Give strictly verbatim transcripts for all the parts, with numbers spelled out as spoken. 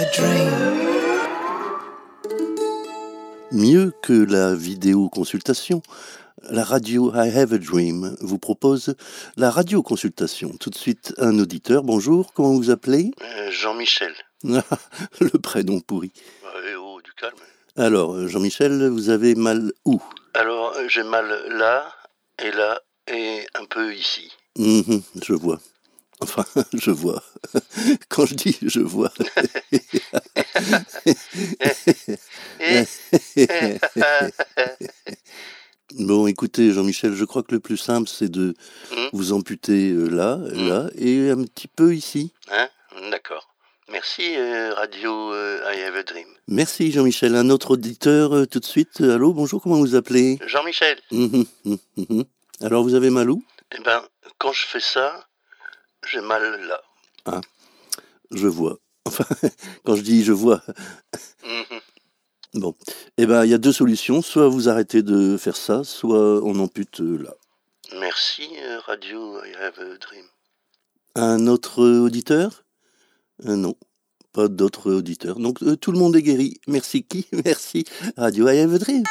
dream. Mieux que la vidéo-consultation, la radio I Have a Dream vous propose la radio-consultation. Tout de suite, un auditeur. Bonjour, comment vous appelez ? euh, Jean-Michel. Le prénom pourri. Euh, oh, du calme. Alors, Jean-Michel, vous avez mal où ? Alors, euh, j'ai mal là, et là, et un peu ici. Mmh, je vois. Enfin, je vois. Quand je dis je vois. Bon, écoutez, Jean-Michel, je crois que le plus simple, c'est de Mmh. vous amputer euh, là, Mmh. là, et un petit peu ici. Hein ? D'accord. Merci, euh, Radio euh, I Have a Dream. Merci, Jean-Michel. Un autre auditeur, euh, tout de suite. Allô, bonjour, comment vous appelez ? Jean-Michel, Mmh, mmh, mmh. Alors, vous avez mal où ? eh ben, quand je fais ça, j'ai mal là. Ah, je vois. Enfin, quand je dis je vois, Mhm. bon. Eh ben, il y a deux solutions. Soit vous arrêtez de faire ça, soit on ampute euh, là. Merci, euh, Radio I Have a Dream. Un autre auditeur ? Euh, Non, pas d'autres auditeurs. Donc, euh, tout le monde est guéri. Merci qui ? Merci Radio I Have a Dream.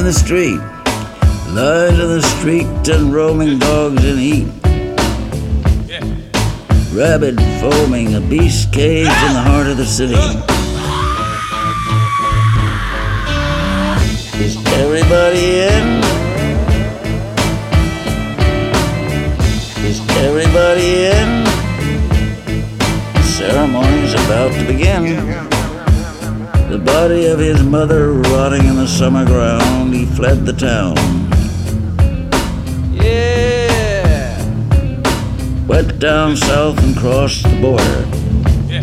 in the street, lies in the street, and roaming dogs in heat. Rabid foaming, a beast caged in the heart of the city. Is everybody in? Is everybody in? The ceremony's about to begin. The body of his mother rotting in the summer ground, he fled the town. Yeah! Went down south and crossed the border. Yeah.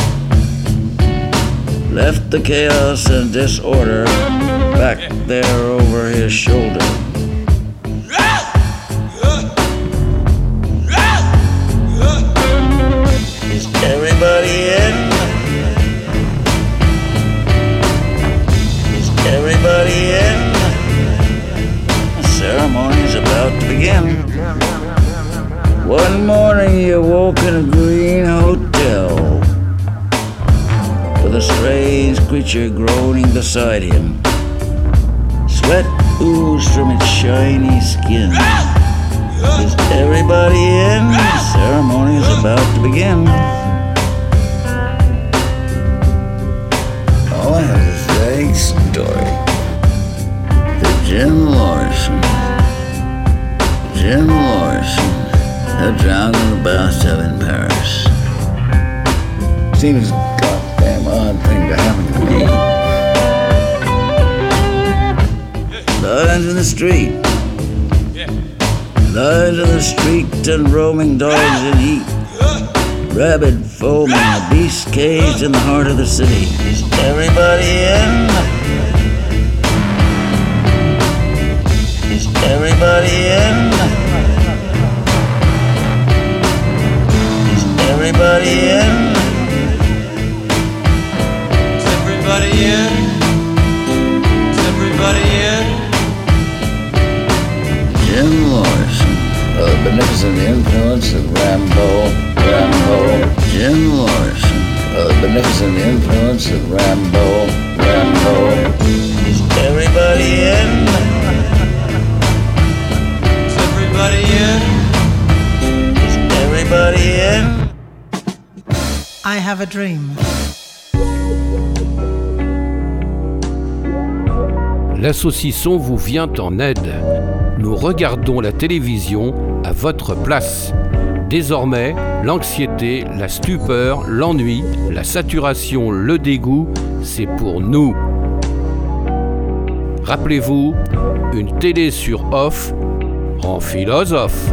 Left the chaos and disorder back yeah. there over his shoulder. Is everybody in? Is everybody in? The ceremony's about to begin. One morning he awoke in a green hotel with a strange creature groaning beside him. Sweat oozed from its shiny skin. Is everybody in? The ceremony is about to begin. All I have is a vague story that Jim Morrison, Jim Morrison, had drowned in a bathtub in Paris. Seems a goddamn odd thing to happen to me. Lions in the street, lions in the street, and roaming dogs in heat. Rabid foaming, a beast caged in the heart of the city. Is everybody in? Is everybody in? Everybody in? Is everybody in? Is everybody in? Jim Morrison, a beneficent influence of Rambo, Rambo. Jim Morrison, a beneficent influence of Rambo, Rambo. Is everybody in? Is everybody in? Is everybody in? I have a dream. La saucisson vous vient en aide. Nous regardons la télévision à votre place. Désormais, l'anxiété, la stupeur, l'ennui, la saturation, le dégoût, c'est pour nous. Rappelez-vous, une télé sur off rend philosophe.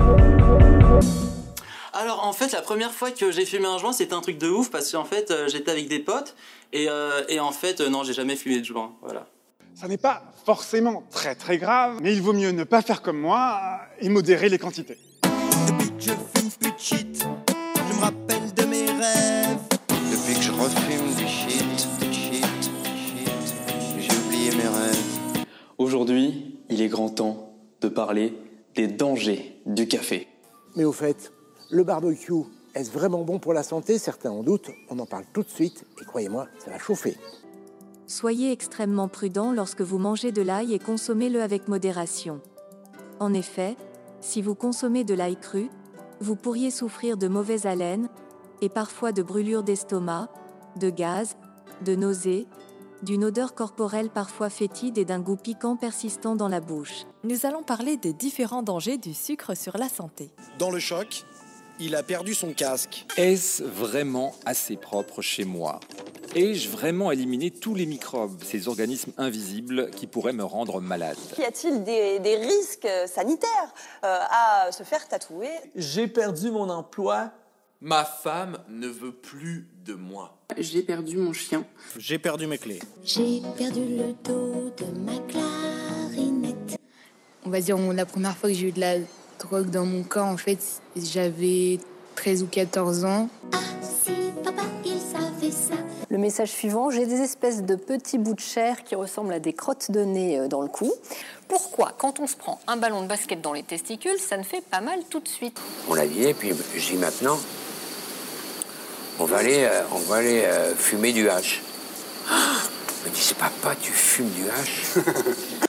Alors en fait la première fois que j'ai fumé un joint c'était un truc de ouf parce qu'en fait euh, j'étais avec des potes et, euh, et en fait euh, non j'ai jamais fumé de joint, voilà. Ça n'est pas forcément très très grave, mais il vaut mieux ne pas faire comme moi et modérer les quantités. Depuis que je fume plus de shit, je me rappelle de mes rêves. Depuis que je refume du shit, du shit, du shit, j'ai oublié mes rêves. Aujourd'hui, il est grand temps de parler des dangers du café. Mais au fait, le barbecue, est-ce vraiment bon pour la santé? Certains en doutent, on en parle tout de suite, et croyez-moi, ça va chauffer. Soyez extrêmement prudent lorsque vous mangez de l'ail et consommez-le avec modération. En effet, si vous consommez de l'ail cru, vous pourriez souffrir de mauvaise haleine, et parfois de brûlures d'estomac, de gaz, de nausées, d'une odeur corporelle parfois fétide et d'un goût piquant persistant dans la bouche. Nous allons parler des différents dangers du sucre sur la santé. Dans le choc, il a perdu son casque. Est-ce vraiment assez propre chez moi? Ai-je vraiment éliminé tous les microbes, ces organismes invisibles qui pourraient me rendre malade? Y a-t-il des, des risques sanitaires euh, à se faire tatouer? J'ai perdu mon emploi. Ma femme ne veut plus de moi. J'ai perdu mon chien. J'ai perdu mes clés. J'ai perdu le dos de ma clarinette. On va dire, la première fois que j'ai eu de la drogue dans mon corps, en fait, j'avais treize ou quatorze ans. Ah, si papa, il savait ça. Le message suivant, j'ai des espèces de petits bouts de chair qui ressemblent à des crottes de nez dans le cou. Pourquoi, quand on se prend un ballon de basket dans les testicules, ça ne fait pas mal tout de suite? On l'a dit, et puis je dis maintenant, on va aller, euh, on va aller euh, fumer du hash. Je me dis, c'est papa, tu fumes du hash?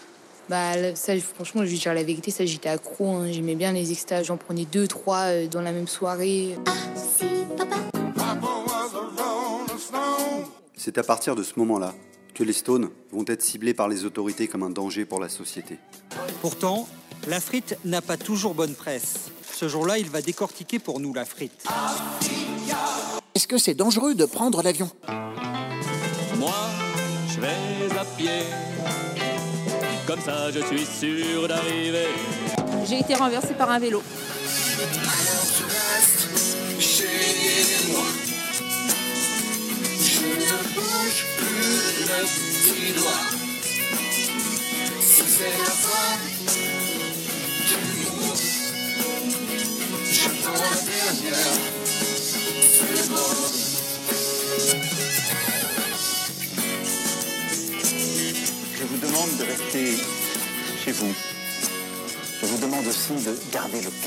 Bah, là, ça, franchement, je vais dire la vérité, ça, j'étais accro. Hein. J'aimais bien les extas. J'en prenais deux, trois euh, dans la même soirée. C'est à partir de ce moment-là que les Stones vont être ciblés par les autorités comme un danger pour la société. Pourtant, la frite n'a pas toujours bonne presse. Ce jour-là, il va décortiquer pour nous la frite. Est-ce que c'est dangereux de prendre l'avion ? Moi, je vais à pied. Comme ça, je suis sûr d'arriver. J'ai été renversée par un vélo. Chez moi, je ne bouge plus le petit doigt. Si c'est la fin du monde, j'attends la dernière seconde. Je vous demande de rester chez vous. Je vous demande aussi de garder le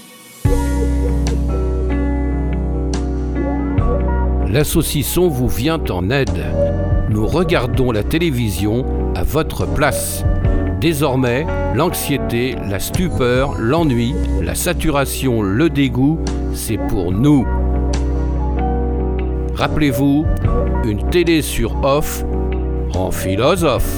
calme. La saucisson vous vient en aide. Nous regardons la télévision à votre place. Désormais, l'anxiété, la stupeur, l'ennui, la saturation, le dégoût, c'est pour nous. Rappelez-vous, une télé sur off rend philosophe.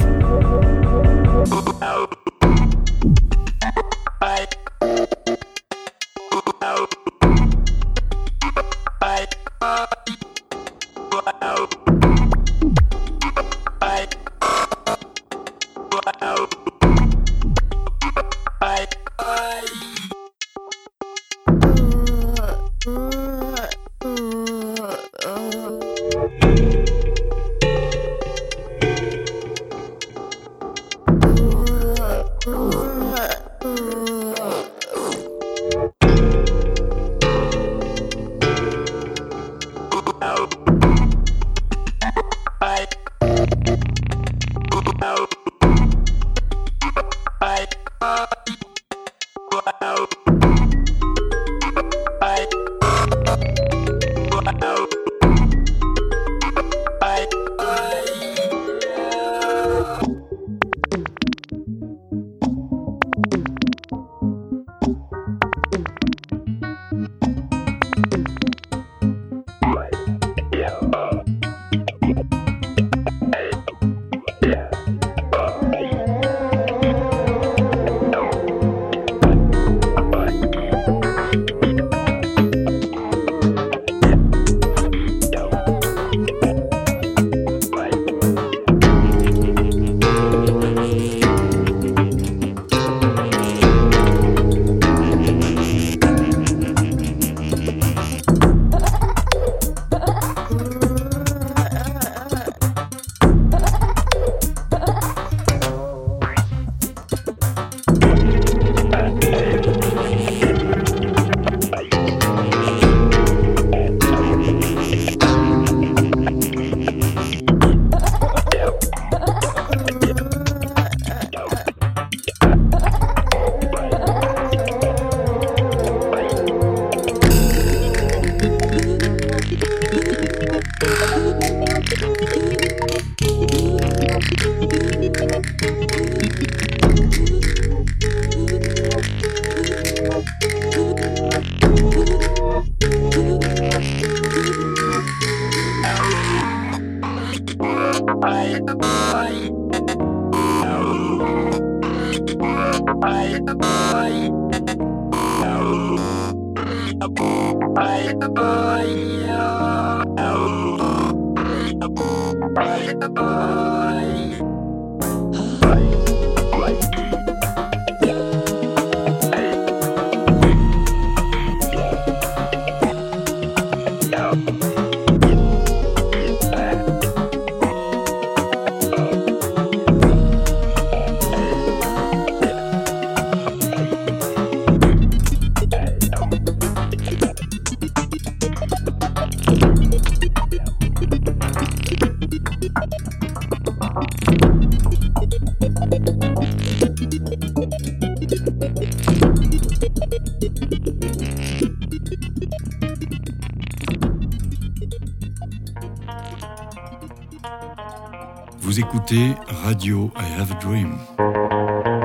Vous écoutez Radio I Have a Dream.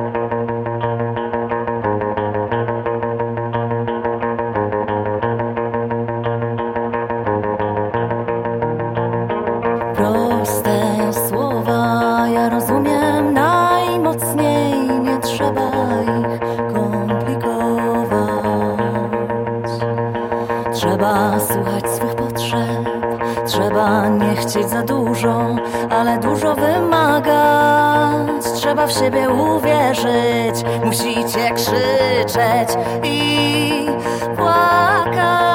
trzeba nie chcieć za dużo, ale dużo wymagać. Trzeba w siebie uwierzyć, musicie krzyczeć i płakać.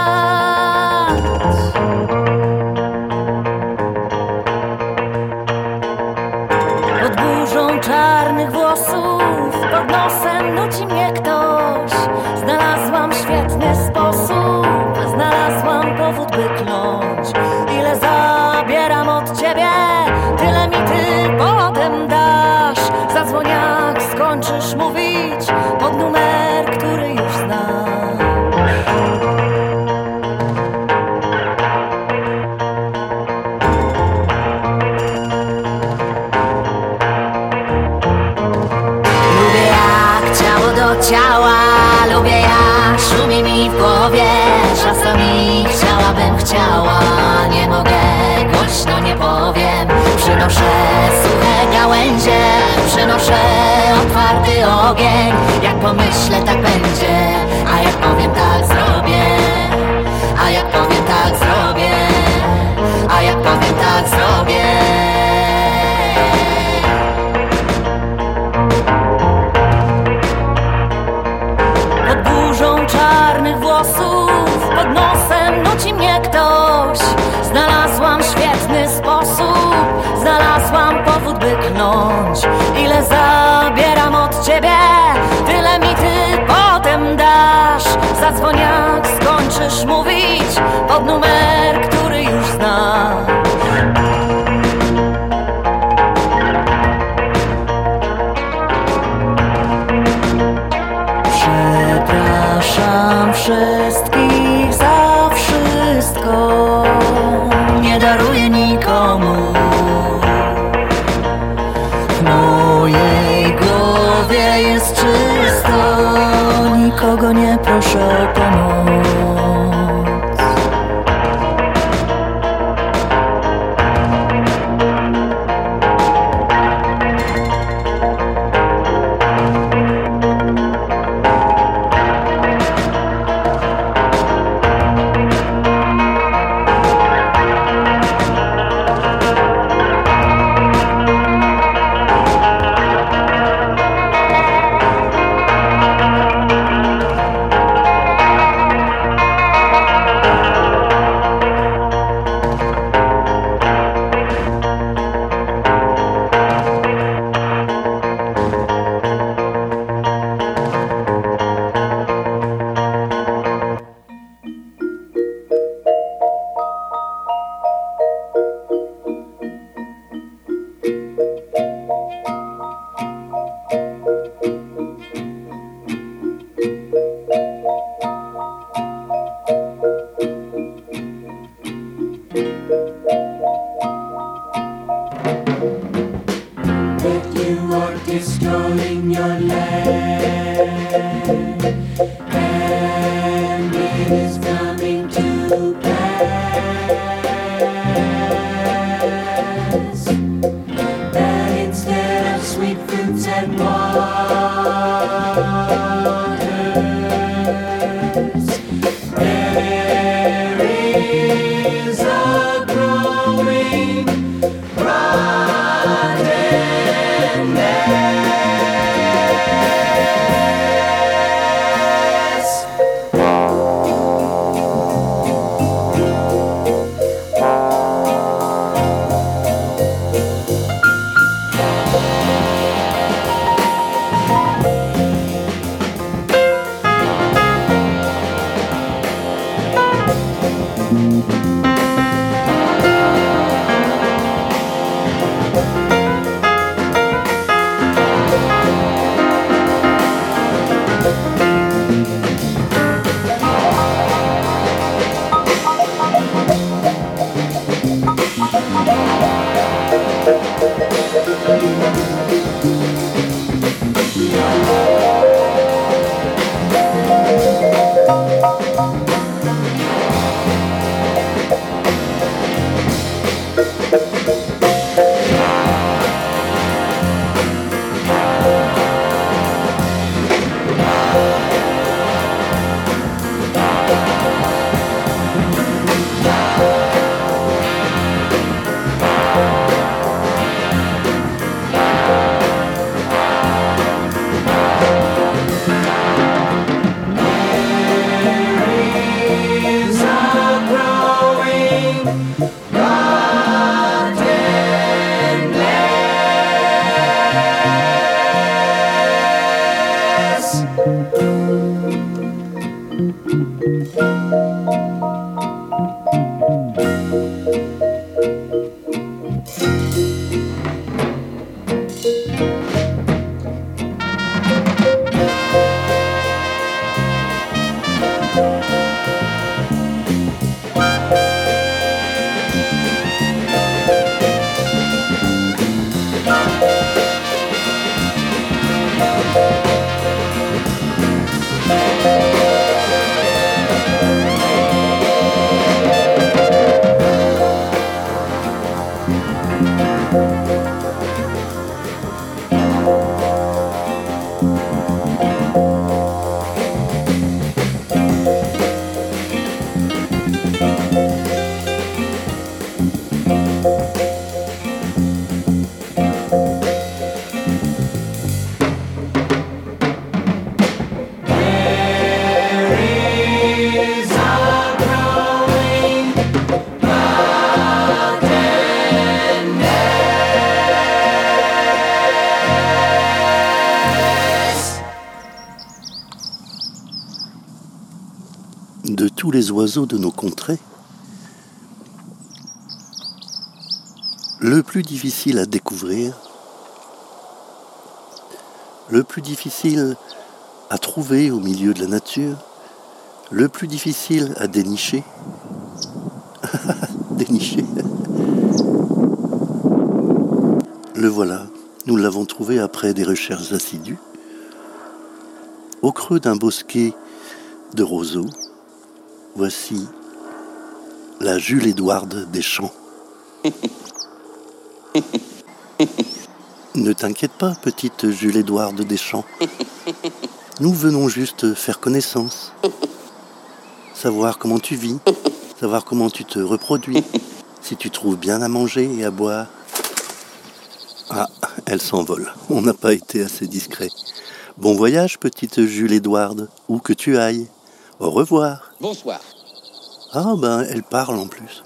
Pod burzą czarnych włosów, pod nosem nuci mnie ktoś. Znalazłam świetny sposób, znalazłam powód, by kląć. Ile zabieram od ciebie, tyle mi ty potem dasz. Zadzwoń jak skończysz mówić pod numer, który już znasz. Lubię jak ciało do ciała, lubię jak szumi mi w głowie. Czasami chciałabym, chciała, nie mogę, głośno nie powiem. Przynoszę suche gałęzie, przynoszę otwarty ogień. Jak pomyślę, tak będzie, a jak powiem, tak zrobię. A jak powiem, tak zrobię. A jak powiem, tak zrobię. Pod burzą czarnych włosów, pod nosem nuci mnie ktoś. Znalazłam świetny sposób, znalazłam powód, by kląć. Ile zabieram od ciebie, tyle mi ty potem dasz. Zadzwoń jak skończysz mówić pod numer, który już znasz. Przepraszam wszystkich za wszystko, nie daruję nikomu. W mojej głowie jest czysto, nikogo nie proszę o pomoc. les oiseaux de nos contrées, le plus difficile à découvrir, le plus difficile à trouver au milieu de la nature, le plus difficile à dénicher, dénicher, le voilà, nous l'avons trouvé après des recherches assidues, au creux d'un bosquet de roseaux. Voici la Jules Édouarde des champs. Ne t'inquiète pas, petite Jules Édouarde des champs. Nous venons juste faire connaissance. Savoir comment tu vis, savoir comment tu te reproduis, si tu trouves bien à manger et à boire. Ah, elle s'envole. On n'a pas été assez discret. Bon voyage, petite Jules Édouarde, où que tu ailles. Au revoir. Bonsoir. Ah ben, elle parle en plus.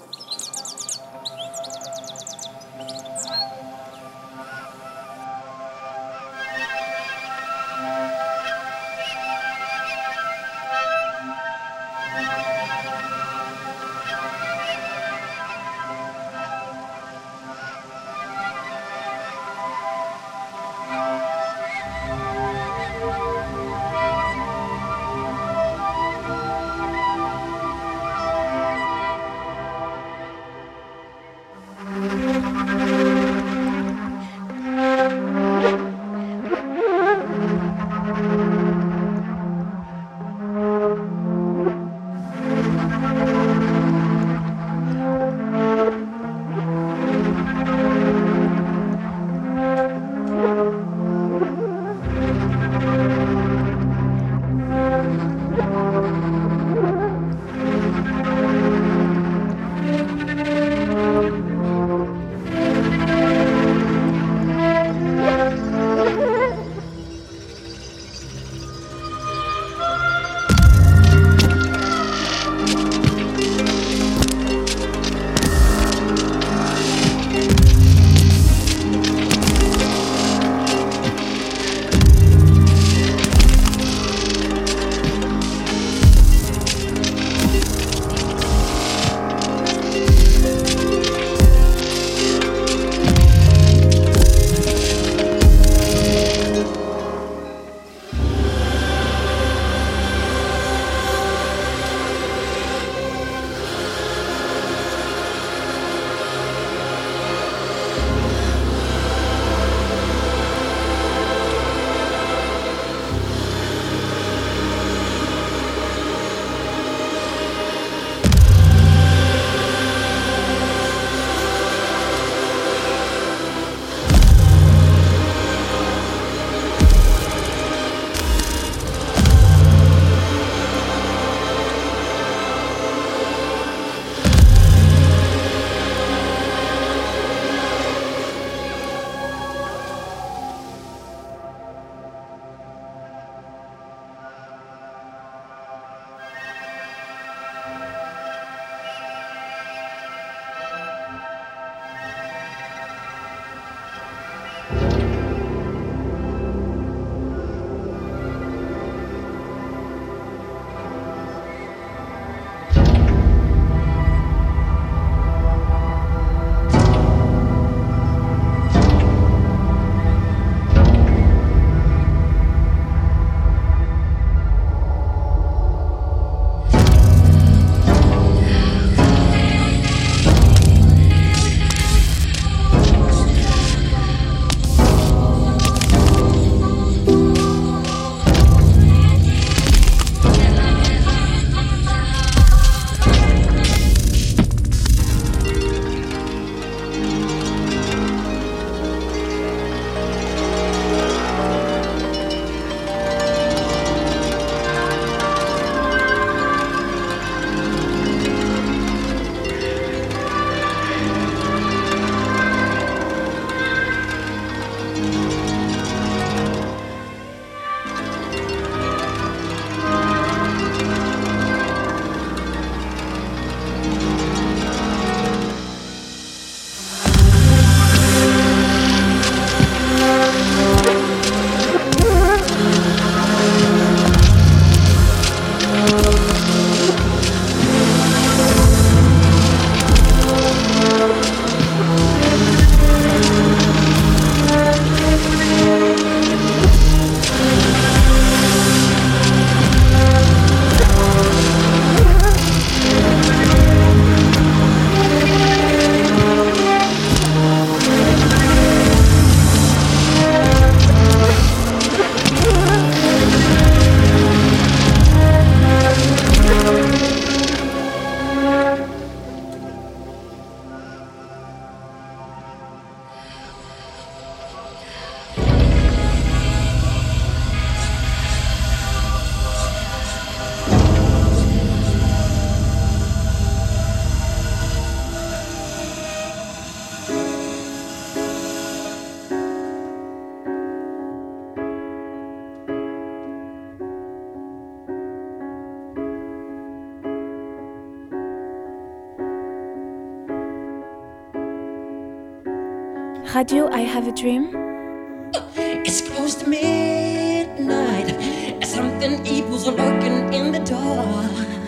Radio I Have a Dream. It's close to midnight, and something evil's lurking in the dark.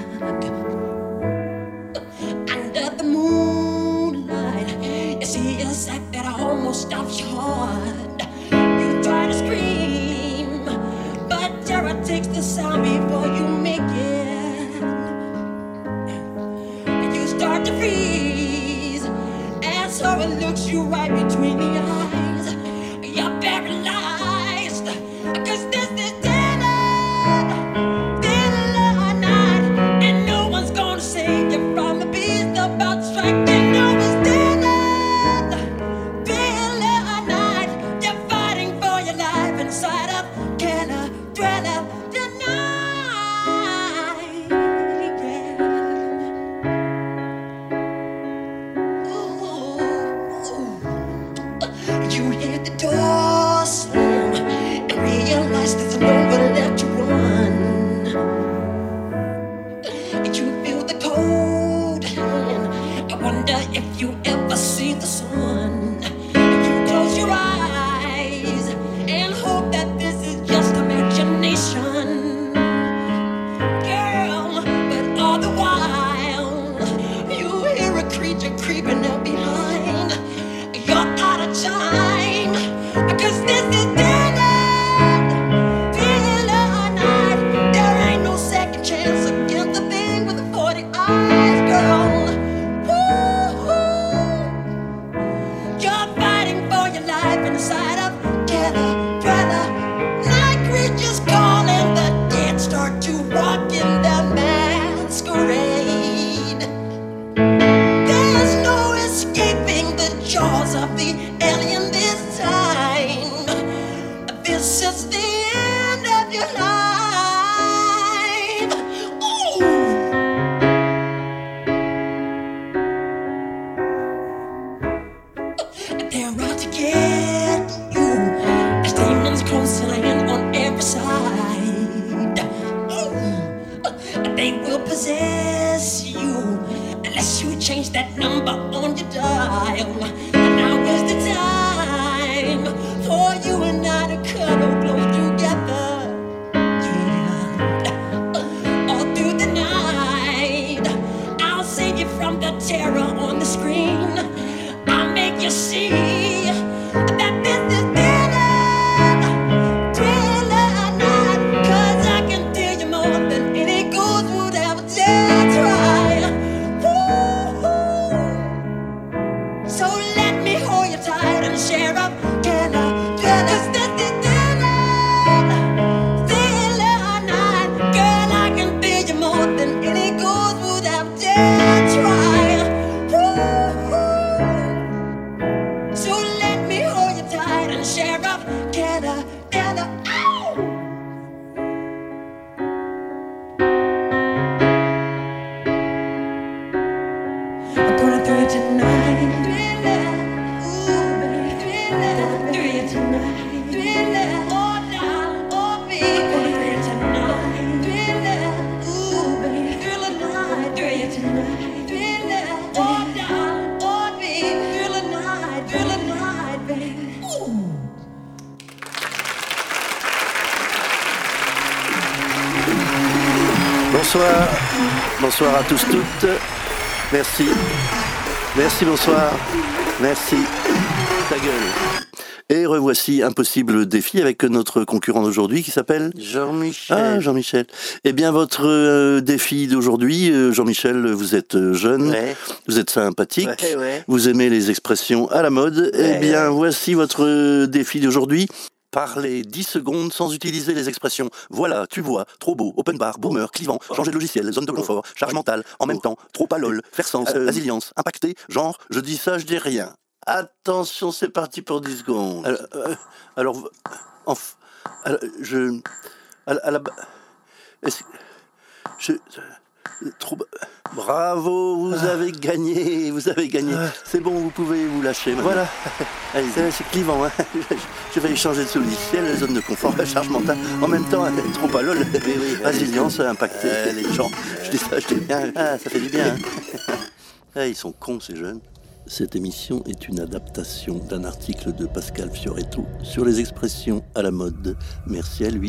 Under the moonlight, you see a sight that almost stops your heart. You try to scream, but terror takes the sound before you make it. And you start to freeze, and so it looks you right between the eyes. You're paralyzed, 'cause this is dead end, dead end night, and no one's gonna save you from the beast about to strike. You know it's dead end, dead end night. You're fighting for your life inside of Kenna Dweller tonight. Yeah. Ooh. You hear the door slam and realize there's nowhere left to run. And you feel the cold hand. I wonder if you ever see the sun. And you close your eyes and hope that this is just imagination. Girl, but all the while you hear a creature creeping up behind. You're out of time, 'cause this is dead end, dead end night. There ain't no second chance against the thing with the forty eyes, girl. Woo-hoo. You're fighting for your life inside of Kenna Dweller. Night creatures calling, the dead start to walk in the masquerade. There's no escaping the jaws of the alien this time. This is the end of your life. Ooh. They're out to get you as demons closing in on every side. Ooh. They will possess you unless you change that number on your dial. Now is the time for you and I to cuddle close together. Yeah. All through the night, I'll save you from the terror on the screen. I'll make you see that this is dead end, dead end night. 'Cause I can tell you more than any ghost would ever dare try. Woo-hoo. So let me hold you tight and share up Kenna Dweller. 'Cause this is dead end, dead end night. Girl, I can feel you more than any ghost would ever dare try. Woo-hoo. So let me hold you tight and share up Kenna Dweller. Ow! I'm gonna throw you tonight. Thriller. Ooh, baby. Thriller. Throw you tonight. Thriller. Oh, now. Oh, baby. I'm gonna throw you tonight. Thriller. Ooh, baby. Thriller night. Throw you tonight. Thriller. Oh, now. Oh, baby. Thriller night. Thriller night, baby. Ooh. Bonsoir, bonsoir à tous, toutes. Merci, merci, bonsoir, merci. Ta gueule. Et revoici un possible défi avec notre concurrent d'aujourd'hui qui s'appelle Jean-Michel. Ah, Jean-Michel. Eh bien, votre euh, défi d'aujourd'hui, euh, Jean-Michel, vous êtes euh, jeune, Ouais. vous êtes sympathique, Ouais, ouais. vous aimez les expressions à la mode. Ouais, eh bien, ouais. voici votre euh, défi d'aujourd'hui. Parler dix secondes sans utiliser les expressions voilà, tu vois, trop beau, open bar, boomer, clivant, changer de logiciel, zone de confort, charge mentale, en même temps, trop à lol, faire sens, Euh, résilience, impacté, genre, je dis ça, je dis rien. Attention, c'est parti pour dix secondes. Alors, euh, alors, enf- alors, je... À, la- à la... est-ce- je... Trop... Bravo, vous avez gagné, vous avez gagné. C'est bon, vous pouvez vous lâcher maintenant. Voilà, allez, c'est, c'est clivant. Hein. Je vais changer de logiciel, zone de confort, charge mentale. En même temps, trop à lol, résilience, impacté, les gens. Je dis ça, je dis bien. Ah, ça fait du bien. Hein. Ah, ils sont cons, ces jeunes. Cette émission est une adaptation d'un article de Pascal Fioretto sur les expressions à la mode. Merci à lui.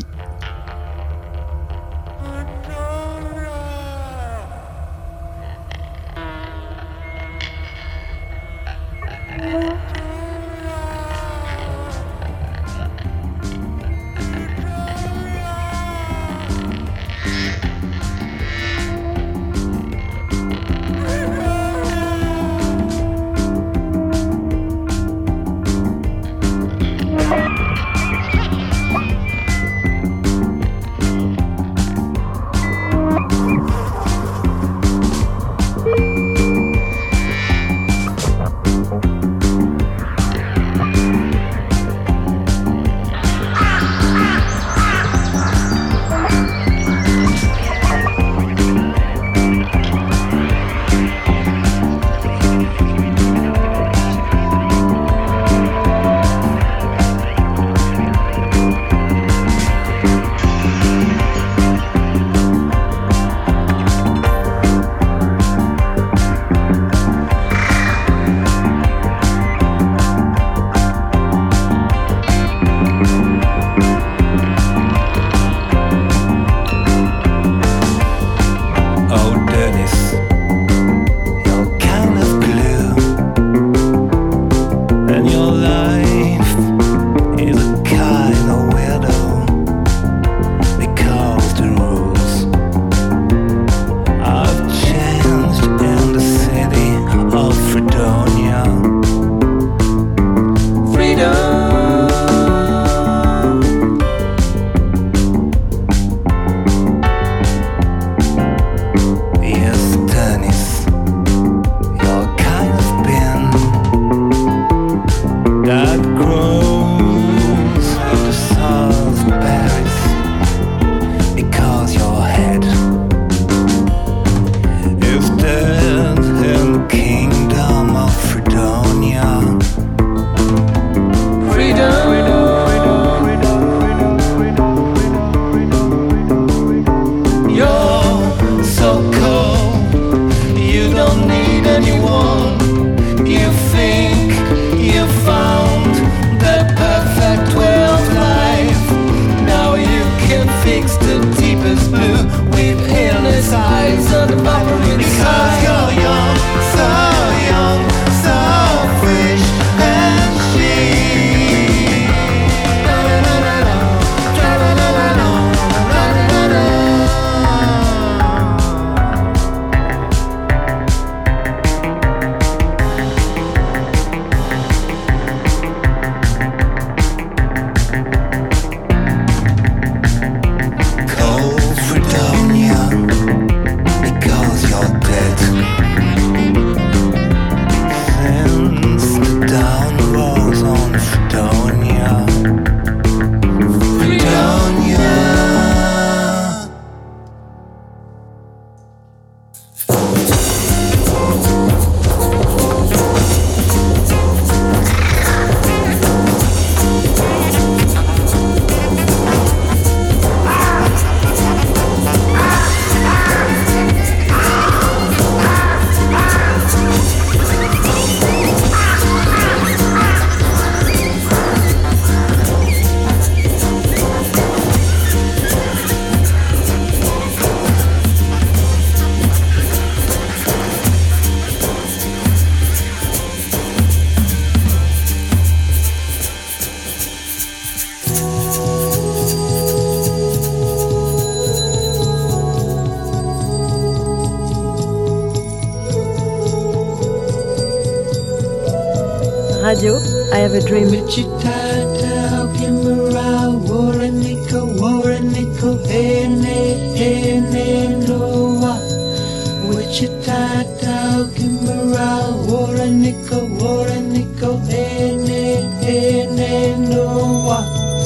Radio, I have a dream. Wichita, Kimbara, Warrenica, Warrenica, Ene, Ene, Noa. Wichita, Kimbara, Warrenica, Warrenica, Ene, Ene, Noa.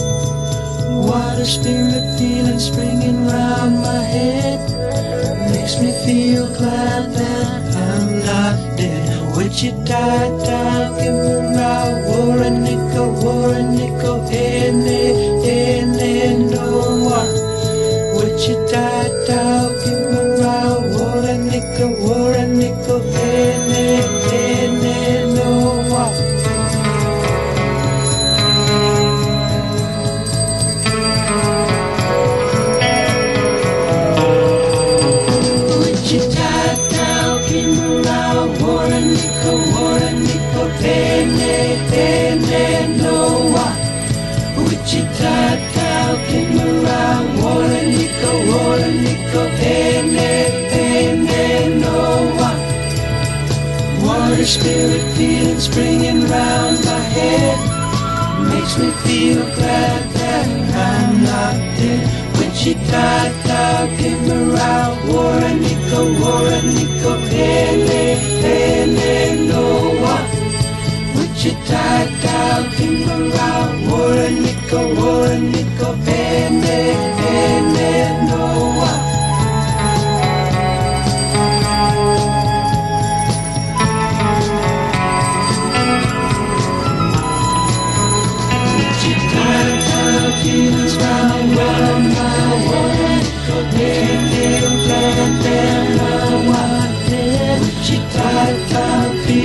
What a spirit feeling springing round my head. Makes me feel glad that I'm not dead. Wichita, Kimbara, Warrenica, Warrenica, Ene, Ene, Noa. Wichita, Kimbara, Warrenica, Warrenica, Ene, Ene, Party spirit feeling springing round my head. Makes me feel glad that I'm not dead. Wichita, Kimmerow, Warrenico, Warrenico, Hele, Hele, Noah. Wichita, Kimmerow, Warrenico, Warrenico, Hele, Hele, Noah. Feelings round, round my world. Hey, hey, grand, grand, Wichita,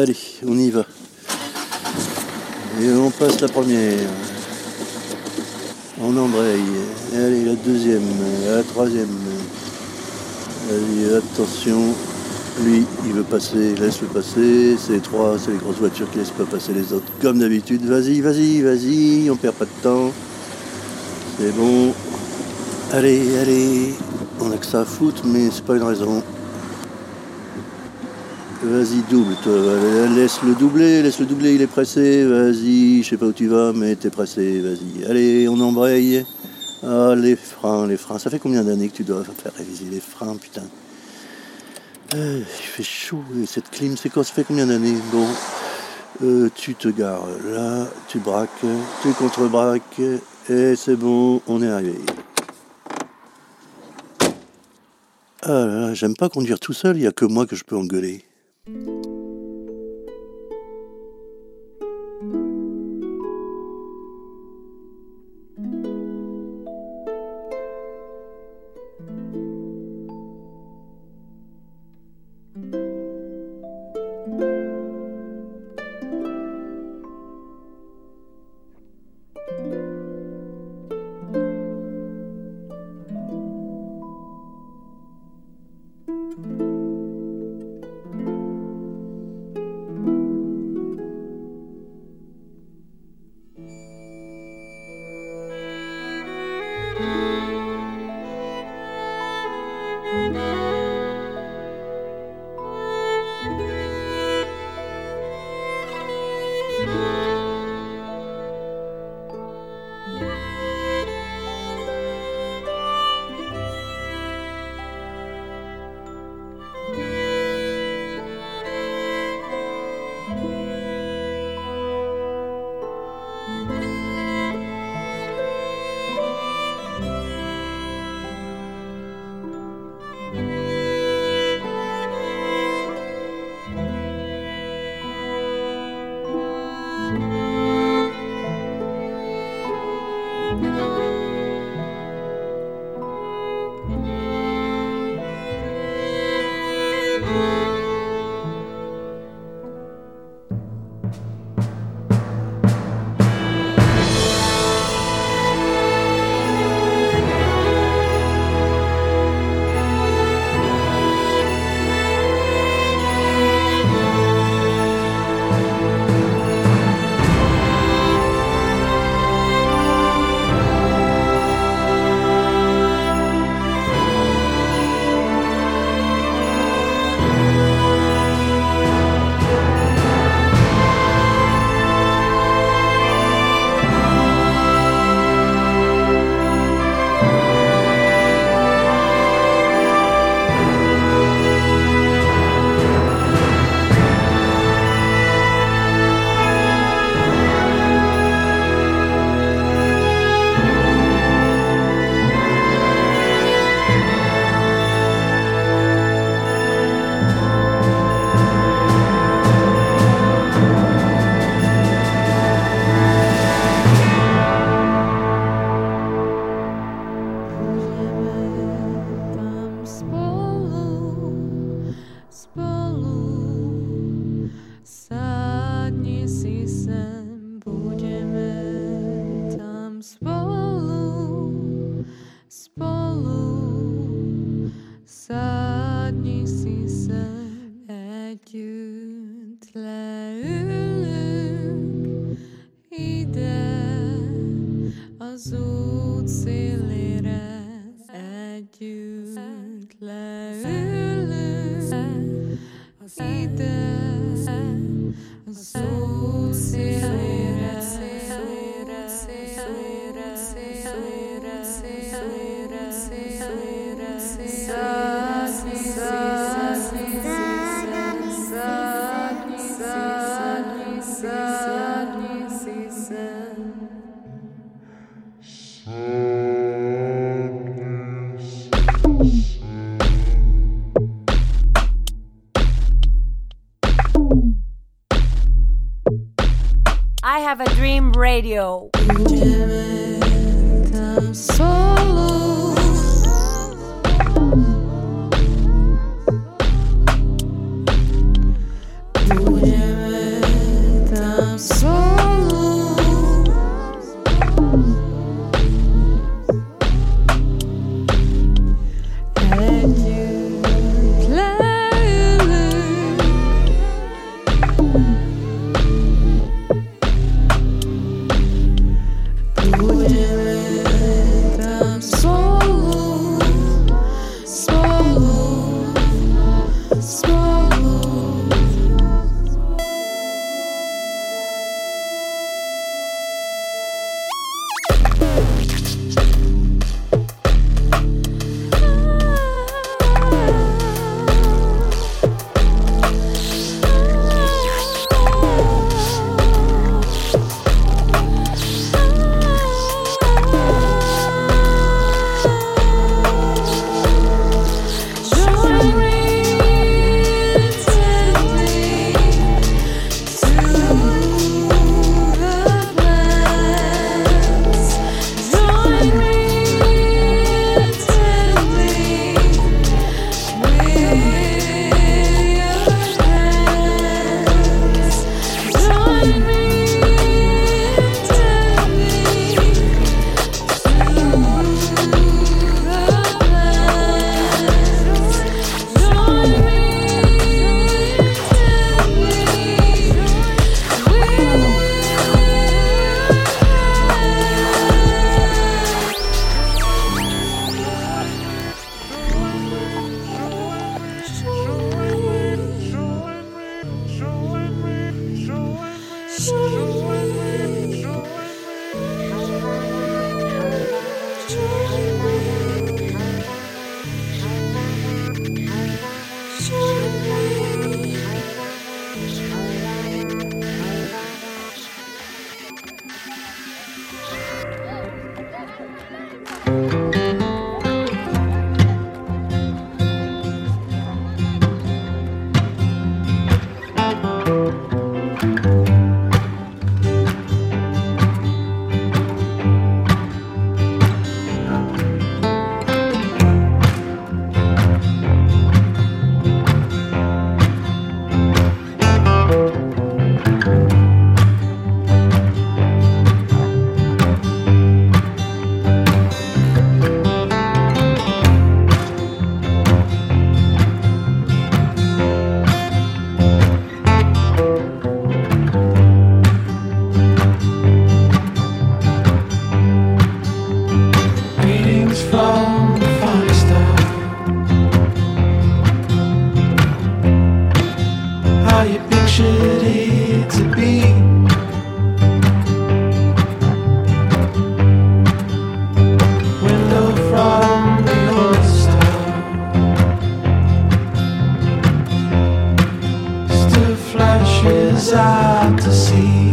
Allez, on y va. Et on passe la première. On embraye. Allez, la deuxième, la troisième. Allez, attention. Lui, il veut passer, laisse-le passer. C'est les trois, c'est les grosses voitures qui laissent pas passer les autres. Comme d'habitude, vas-y, vas-y, vas-y. On perd pas de temps. C'est bon. Allez, allez. On a que ça à foutre, mais c'est pas une raison. Vas-y, double, toi. Laisse-le doubler, laisse-le doubler, il est pressé. Vas-y, je sais pas où tu vas, mais t'es pressé. Vas-y. Allez, on embraye. Ah, les freins, les freins. Ça fait combien d'années que tu dois faire réviser les freins, putain? euh, Il fait chaud. Et cette clim, c'est quoi? Ça fait combien d'années? Bon, euh, tu te gares là, tu braques, tu contre-braques, et c'est bon, on est arrivé. Ah là là, j'aime pas conduire tout seul, il n'y a que moi que je peux engueuler. I Have a Dream Radio. Solo. Будем from the funny stuff. How you pictured it to be. Window from the old stuff. Still flashes out to sea.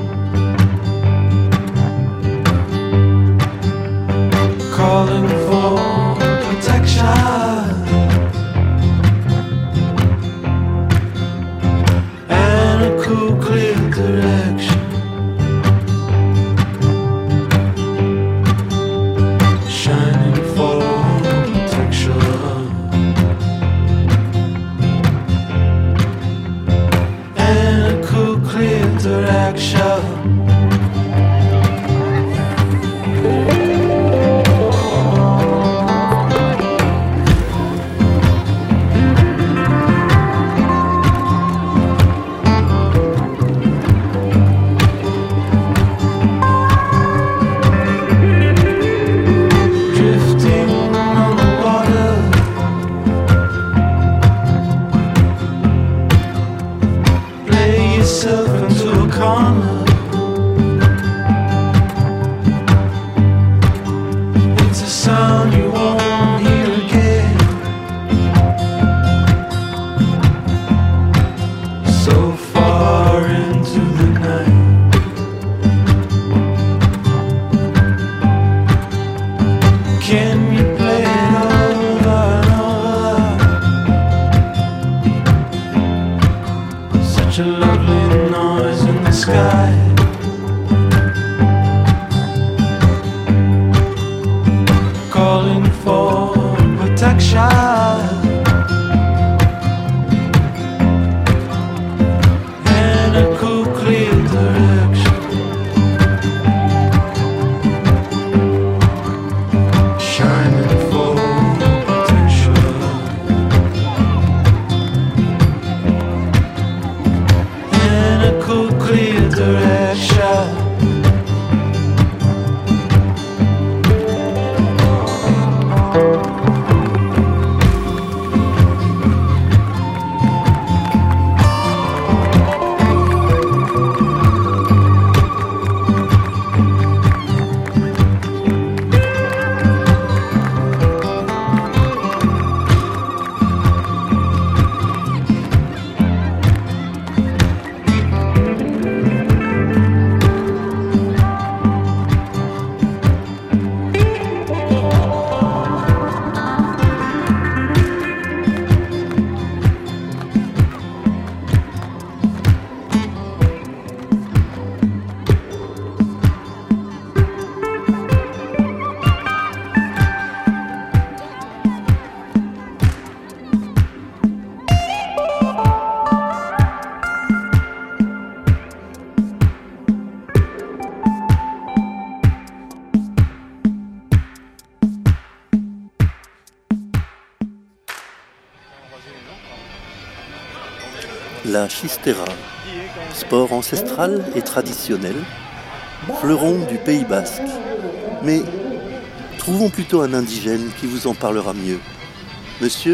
Calling for protection and a cool, clear direction. Shining for protection and a cool, clear direction. La chistera, sport ancestral et traditionnel, fleuron du Pays Basque. Mais trouvons plutôt un indigène qui vous en parlera mieux. Monsieur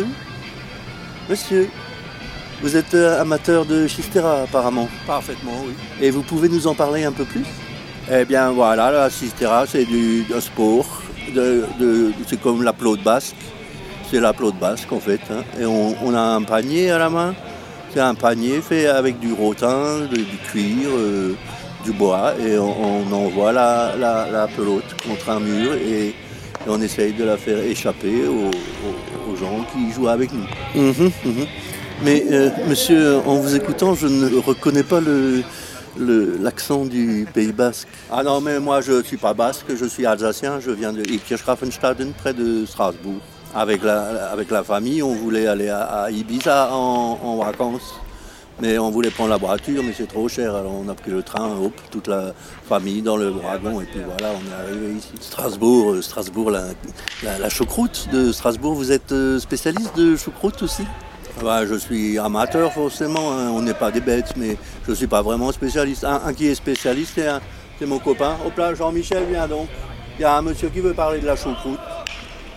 Monsieur, vous êtes amateur de chistera apparemment? Parfaitement, oui. Et vous pouvez nous en parler un peu plus? Eh bien voilà, la chistera c'est du, un sport, de, de, c'est comme la pelote basque. C'est la pelote basque en fait. Hein. Et on, on a un panier à la main. C'est un panier fait avec du rotin, de, du cuir, euh, du bois, et on, on envoie la, la, la pelote contre un mur et, et on essaye de la faire échapper aux, aux, aux gens qui jouent avec nous. Mmh, mmh. Mais euh, monsieur, en vous écoutant, je ne reconnais pas le, le, l'accent du Pays Basque. Ah non, mais moi je ne suis pas basque, je suis alsacien, je viens de Kirchgraffenstaden, près de Strasbourg. Avec la, avec la famille, on voulait aller à, à Ibiza en, en vacances, mais on voulait prendre la voiture, mais c'est trop cher, alors on a pris le train, hop, toute la famille dans le wagon, et puis voilà, on est arrivé ici. Strasbourg, Strasbourg, la, la, la choucroute de Strasbourg, vous êtes spécialiste de choucroute aussi? Bah, je suis amateur forcément, hein. On n'est pas des bêtes, mais je ne suis pas vraiment spécialiste. Un, un qui est spécialiste, c'est, un, c'est mon copain. Hop là, Jean-Michel, viens donc. Il y a un monsieur qui veut parler de la choucroute.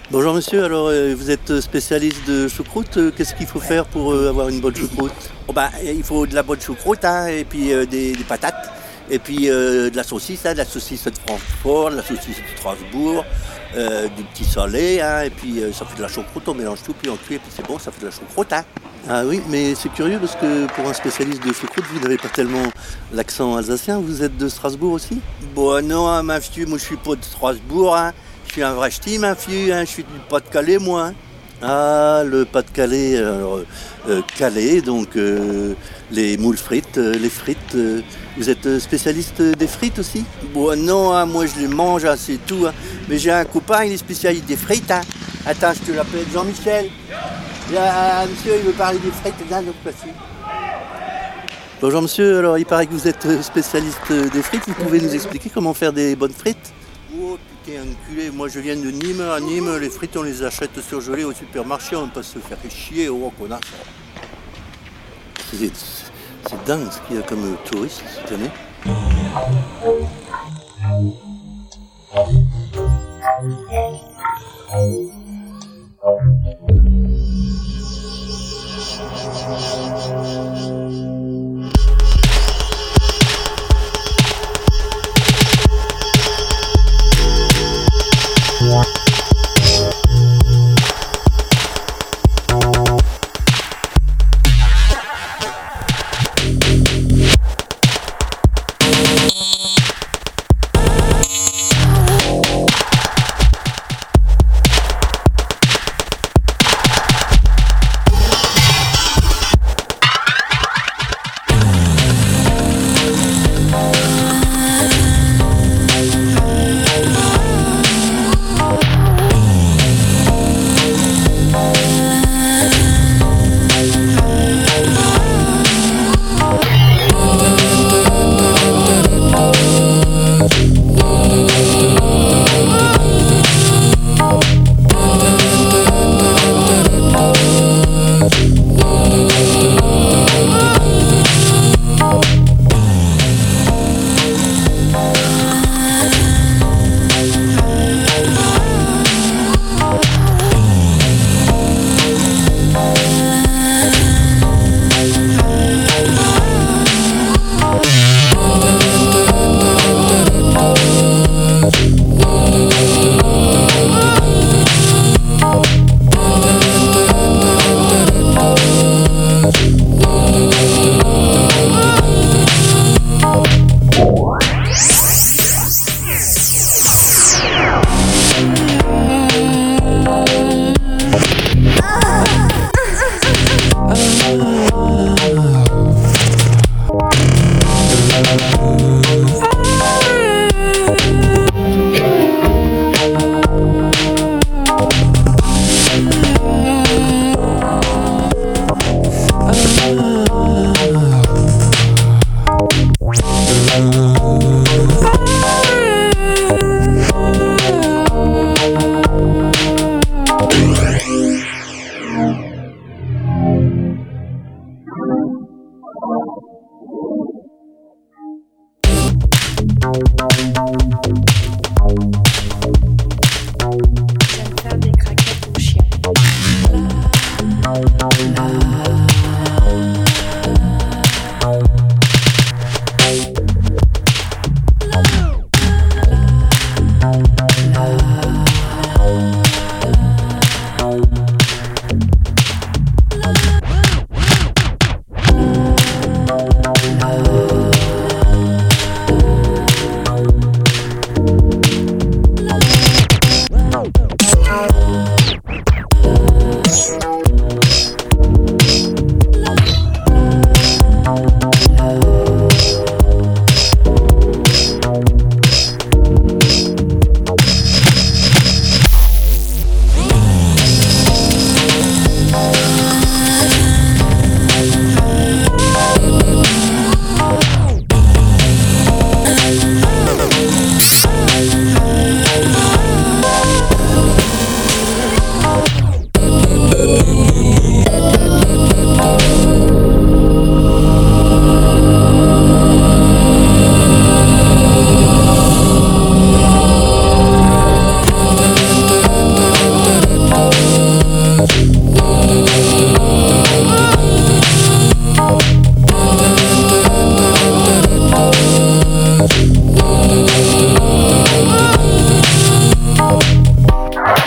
Bonjour monsieur, alors euh, vous êtes spécialiste de choucroute, euh, qu'est-ce qu'il faut faire pour euh, avoir une bonne choucroute? Oh ben, il faut de la bonne choucroute, hein, et puis euh, des, des patates, et puis euh, de la saucisse, hein, de la saucisse de Francfort, de la saucisse de Strasbourg, euh, du petit salé, hein, et puis euh, ça fait de la choucroute, on mélange tout, puis on cuit, et puis c'est bon, ça fait de la choucroute. Hein. Ah oui, mais c'est curieux parce que pour un spécialiste de choucroute, vous n'avez pas tellement l'accent alsacien, vous êtes de Strasbourg aussi? Bon non, hein, ma fille, moi je suis pas de Strasbourg, hein. Je suis un vrai ch'ti, ma fille, hein. Je suis du Pas-de-Calais, moi. Hein. Ah, le Pas-de-Calais, alors, euh, Calais, donc euh, les moules frites, euh, les frites. Euh, vous êtes spécialiste des frites aussi? Bon non, hein, moi je les mange, hein, c'est tout. Hein. Mais j'ai un copain, il est spécialiste des frites. Hein. Attends, je te l'appelle Jean-Michel. Là, monsieur, il veut parler des frites, là, donc voici. Bonjour monsieur, alors il paraît que vous êtes spécialiste des frites, vous pouvez nous expliquer comment faire des bonnes frites? Oh putain, enculé, moi je viens de Nîmes, à Nîmes, les frites on les achète surgelées au supermarché, on ne peut pas se faire chier, oh connasse. C'est, c'est dingue ce qu'il y a comme touriste cette année.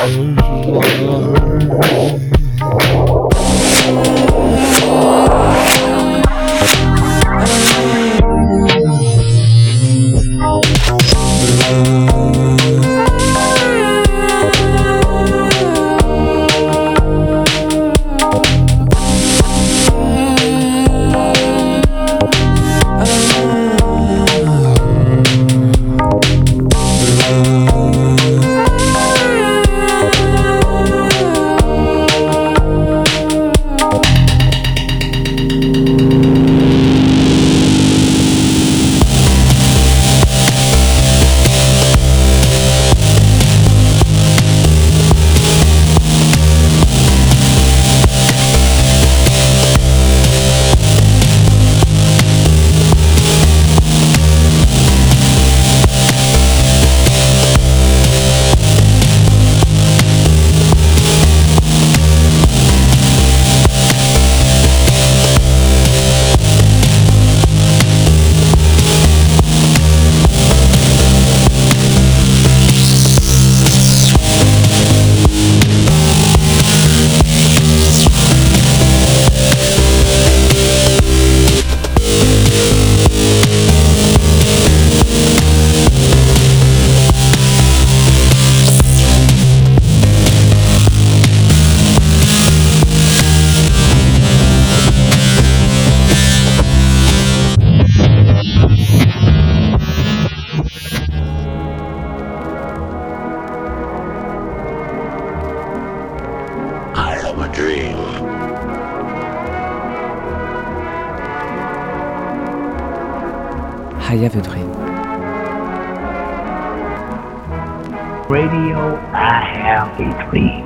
I have a dream. Radio, I have a dream.